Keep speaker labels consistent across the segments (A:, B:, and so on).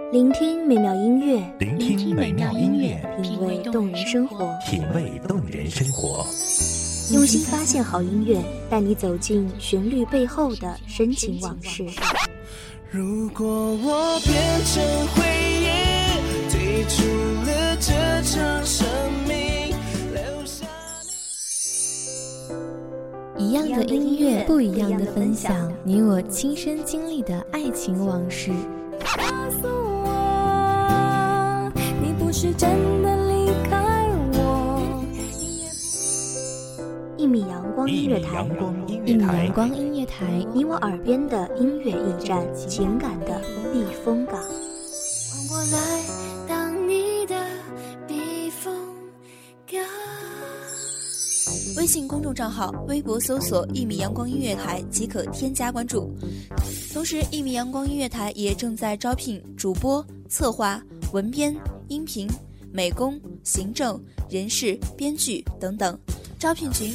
A: 聆听美妙音乐，
B: 聆听美妙音乐，
A: 品味动人生活，
B: 品味动人生活。
A: 用心发现好音乐，带你走进旋律背后的深情往事。
C: 如果我变成回忆，退出了这场生命，留下
D: 一样的音乐，不一样的分享，你我亲身经历的爱情往事。
E: 告诉我，你不是真的离开我。
A: 一米阳光音乐台，
D: 一米阳光音乐台，
A: 你我耳边的音乐驿站，情感的避风港。
E: 换我来当你的避风港。
F: 微信公众账号、微博搜索“一米阳光音乐台”即可添加关注。同时，一米阳光音乐台也正在招聘主播、策划、文编、音频、美工、行政、人事、编剧等等。招聘群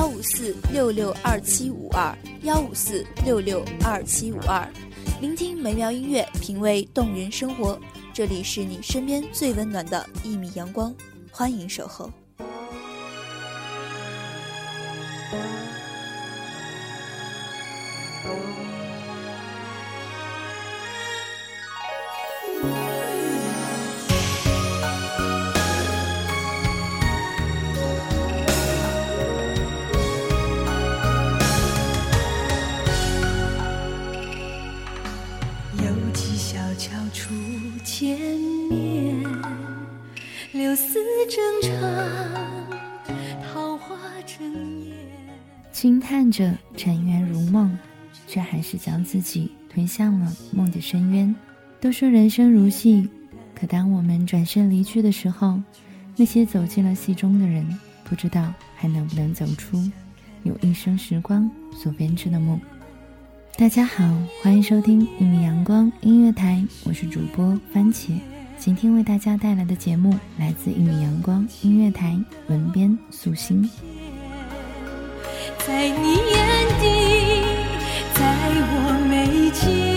F: 154662752，154662752。聆听美妙音乐，品味动人生活。这里是你身边最温暖的一米阳光，欢迎守候。
E: 见面，柳丝正长，桃花正艳。
G: 轻叹着尘缘如梦，却还是将自己推向了梦的深渊。都说人生如戏，可当我们转身离去的时候，那些走进了戏中的人，不知道还能不能走出有一生时光所编织的梦。大家好，欢迎收听一米阳光音乐台，我是主播番茄。今天为大家带来的节目来自一米阳光音乐台，文编素心。
E: 在你眼底，在我眉间，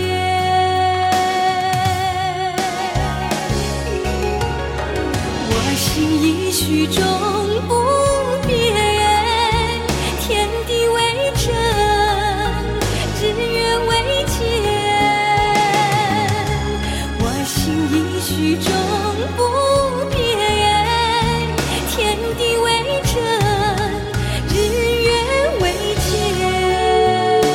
E: 我心已许终不变，天地为证，日月为鉴，我心已许终不变，天地为证，日月为鉴。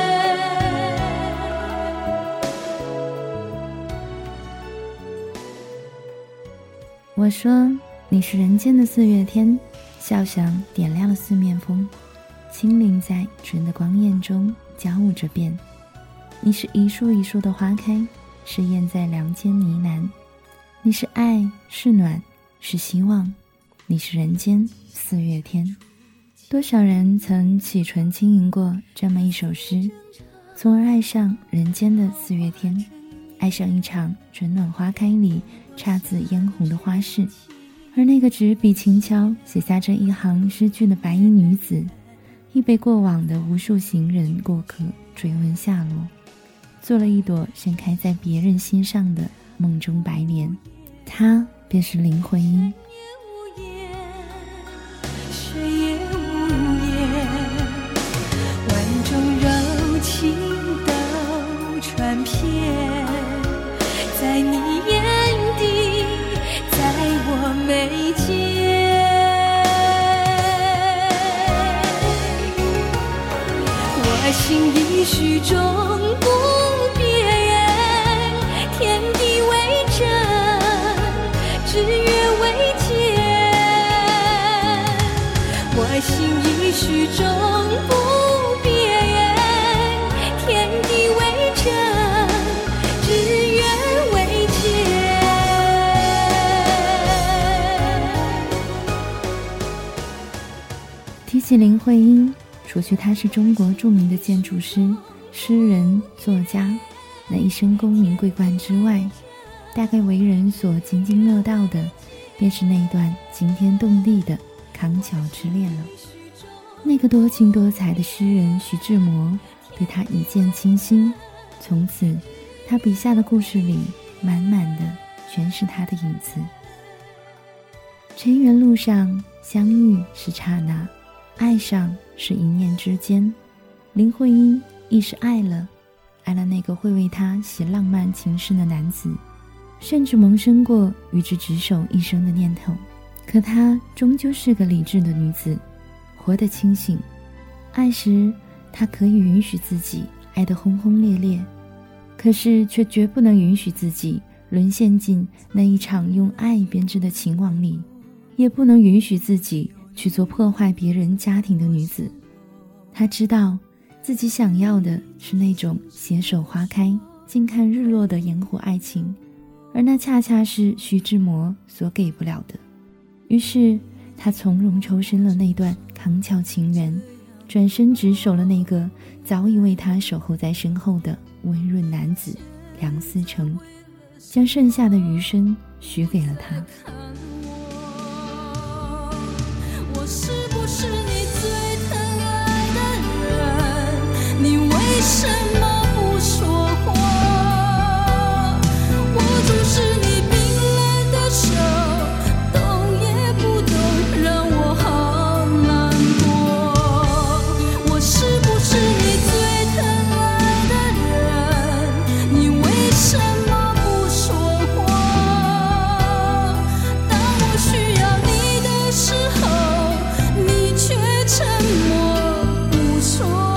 G: 我说你是人间的四月天，笑响点亮了四面风，轻灵在纯的光焰中交舞着变。你是一树一树的花开，是燕在梁间呢喃。你是爱，是暖，是希望，你是人间四月天。多少人曾启唇轻吟过这么一首诗，从而爱上人间的四月天，爱上一场春暖花开里姹紫嫣红的花事。而那个执笔轻巧写下这一行诗句的白衣女子，亦被过往的无数行人过客追问下落，做了一朵盛开在别人心上的梦中白莲。她便是林徽因。
E: 水也无言，万种柔情都传遍，在你眼底，在我眉间，我心已许终不变，天地为证，日月为鉴，我心已许终不变，天地为证，日月为鉴。
G: 提起林徽因，除去她是中国著名的建筑师、诗人、作家，那一生功名桂冠之外，大概为人所津津乐道的，便是那段惊天动地的康桥之恋了。那个多情多才的诗人徐志摩对他一见倾心，从此他笔下的故事里满满的全是他的影子。尘缘路上，相遇是刹那，爱上是一念之间。林徽因亦是爱了那个会为她写浪漫情诗的男子，甚至萌生过与之执手一生的念头。可她终究是个理智的女子，活得清醒。爱时，她可以允许自己爱得轰轰烈烈，可是却绝不能允许自己沦陷进那一场用爱编织的情网里，也不能允许自己去做破坏别人家庭的女子。她知道自己想要的是那种携手花开静看日落的烟火爱情，而那恰恰是徐志摩所给不了的。于是她从容抽身了那段康桥情缘，转身执手了那个早已为她守候在身后的温润男子梁思成，将剩下的余生许给了他。
E: 我是不是你最疼爱的人？你为什么不说话？我就是你冰冷的手，动也不动，让我好难过。我是不是你最疼爱的人？你为什么不说话？当我需要你的时候，你却沉默不说。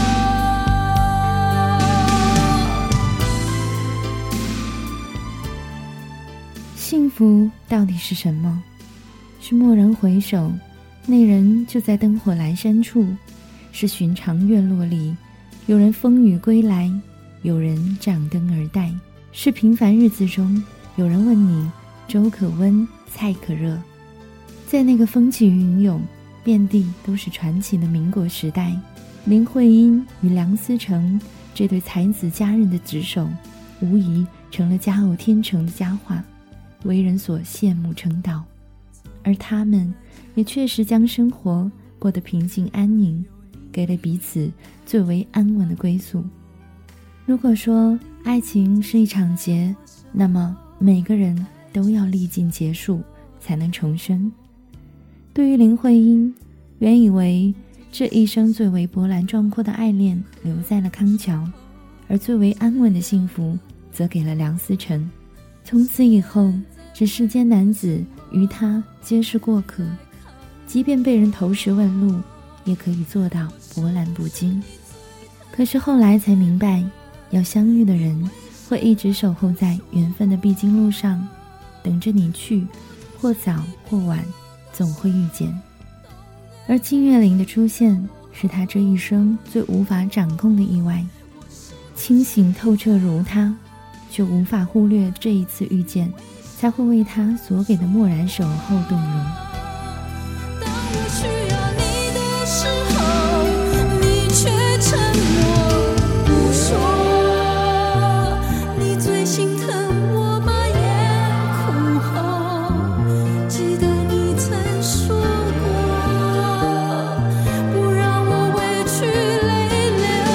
G: 幸福到底是什么？是蓦然回首，那人就在灯火阑珊处；是寻常月落里，有人风雨归来，有人掌灯而待；是平凡日子中，有人问你粥可温，菜可热。在那个风起云涌，遍地都是传奇的民国时代，林徽因与梁思成这对才子佳人的执手，无疑成了佳偶天成的佳话，为人所羡慕称道。而他们也确实将生活过得平静安宁，给了彼此最为安稳的归宿。如果说爱情是一场劫，那么每个人都要历尽劫数才能重生。对于林徽因，原以为这一生最为波澜壮阔的爱恋留在了康桥，而最为安稳的幸福则给了梁思成。从此以后，这世间男子于他皆是过客，即便被人投石问路，也可以做到波澜不惊。可是后来才明白，要相遇的人会一直守候在缘分的必经路上，等着你去，或早或晚，总会遇见。而金岳霖的出现，是他这一生最无法掌控的意外。清醒透彻如他，却无法忽略这一次遇见，才会为他所给的默然守候动容。
E: 当我需要你的时候，你却沉默不说。你最心疼我把眼哭红，记得你曾说过，不让我委屈泪流。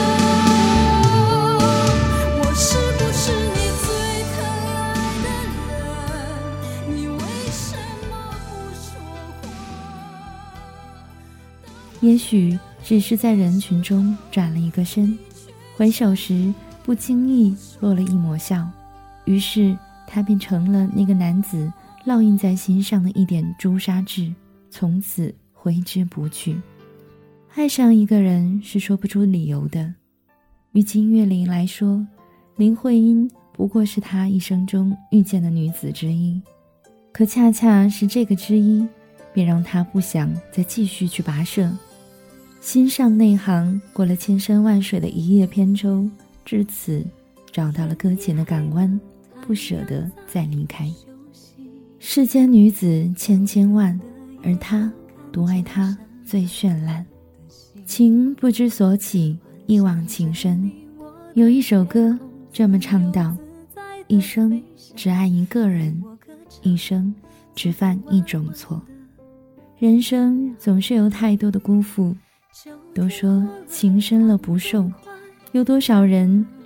E: 我是不是你最疼爱的人？你为什么不说话？
G: 也许只是在人群中转了一个身，回首时不经意落了一抹笑，于是他便成了那个男子烙印在心上的一点朱砂痣，从此挥之不去。爱上一个人是说不出理由的，于金岳霖来说，林徽因不过是他一生中遇见的女子之一，可恰恰是这个之一，便让他不想再继续去跋涉。心上内行，过了千山万水的一叶扁舟，至此找到了搁浅的港湾，不舍得再离开。世间女子千千万，而他独爱她最绚烂。情不知所起，一往情深。有一首歌这么唱道：一生只爱一个人，一生只犯一种错。人生总是有太多的辜负，都说情深了不寿，有多少人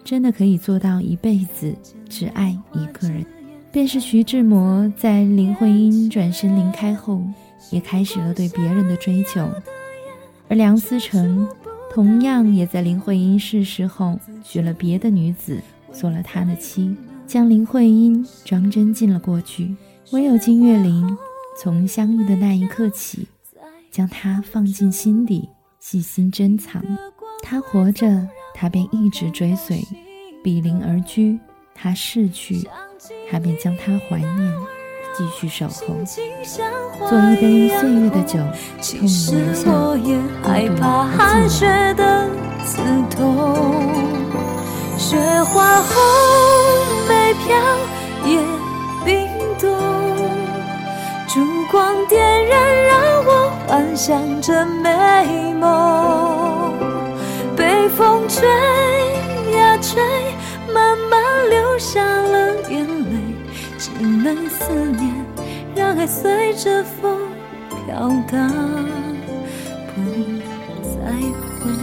G: 真的可以做到一辈子只爱一个人。便是徐志摩在林徽因转身离开后，也开始了对别人的追求。而梁思成同样也在林徽因逝世后娶了别的女子做了他的妻，将林徽因装帧进了过去。唯有金岳霖从相遇的那一刻起，将她放进心底，细心珍藏。他活着，他便一直追随，比邻而居；他逝去，他便将他怀念，继续守候。做一杯岁月的酒，痛留下
E: 我也害怕寒雪的刺痛。雪花红梅飘也冰冻，烛光点燃让我幻想着美梦。北风吹呀吹，慢慢流下了眼泪，只能思念，让爱随着风飘荡，不再回。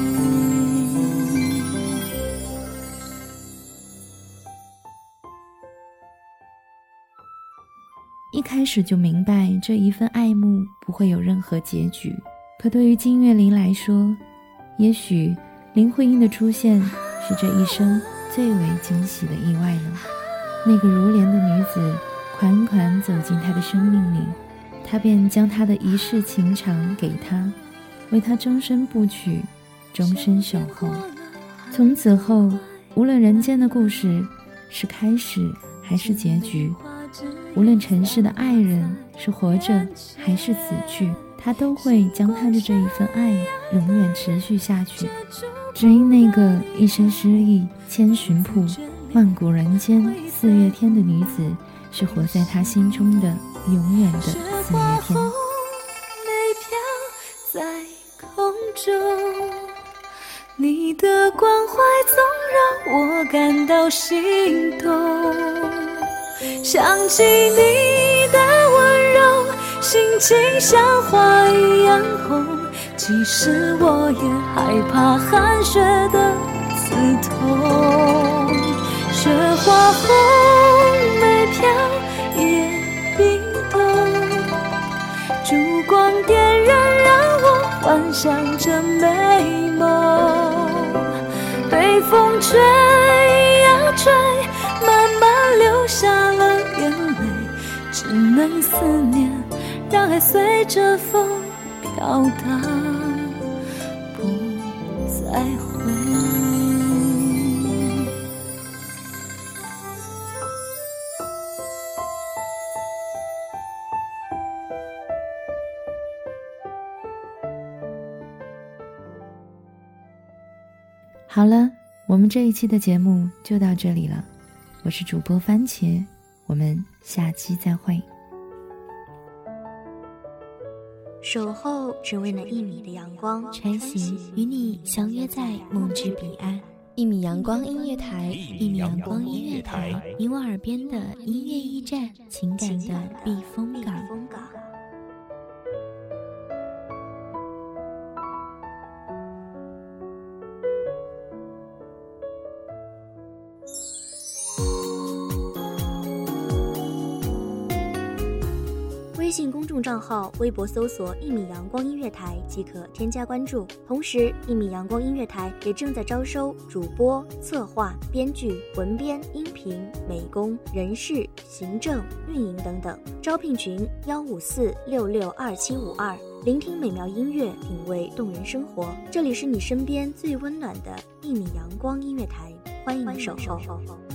G: 一开始就明白这一份爱慕不会有任何结局，可对于金岳霖来说，也许林徽因的出现是这一生最为惊喜的意外了。那个如莲的女子款款走进他的生命里，他便将他的一世情长给他，为他终身不娶，终身守候。从此后，无论人间的故事是开始还是结局，无论尘世的爱人是活着还是死去，他都会将他的这一份爱永远持续下去。只因那个一生诗意千寻瀑，万古人间四月天的女子，是活在他心中的永远的四月天。
E: 梅飘在空中，你的关怀总让我感到心动。想起你的温柔，心情像花一样红。即使我也害怕寒雪的刺痛，雪花红梅飘也冰冻，烛光点燃让我幻想着美梦。北风吹呀吹，慢慢流下了眼泪，只能思念，让爱随着风飘荡，不再回。
G: 好了，我们这一期的节目就到这里了，我是主播番茄，我们下期再会。
A: 守候只为那1米的阳光，
D: 穿行与你相约在梦之彼岸。1米阳光音乐台，1米阳光音乐台，你我耳边的音乐驿站，情感的避风港。
A: 微信公众账号、微博搜索“1米阳光音乐台”即可添加关注。同时，1米阳光音乐台也正在招收主播、策划、编剧、文编、音频、美工、人事、行政、运营等等。招聘群154662752。聆听美妙音乐，品味动人生活。这里是你身边最温暖的1米阳光音乐台，欢迎守候。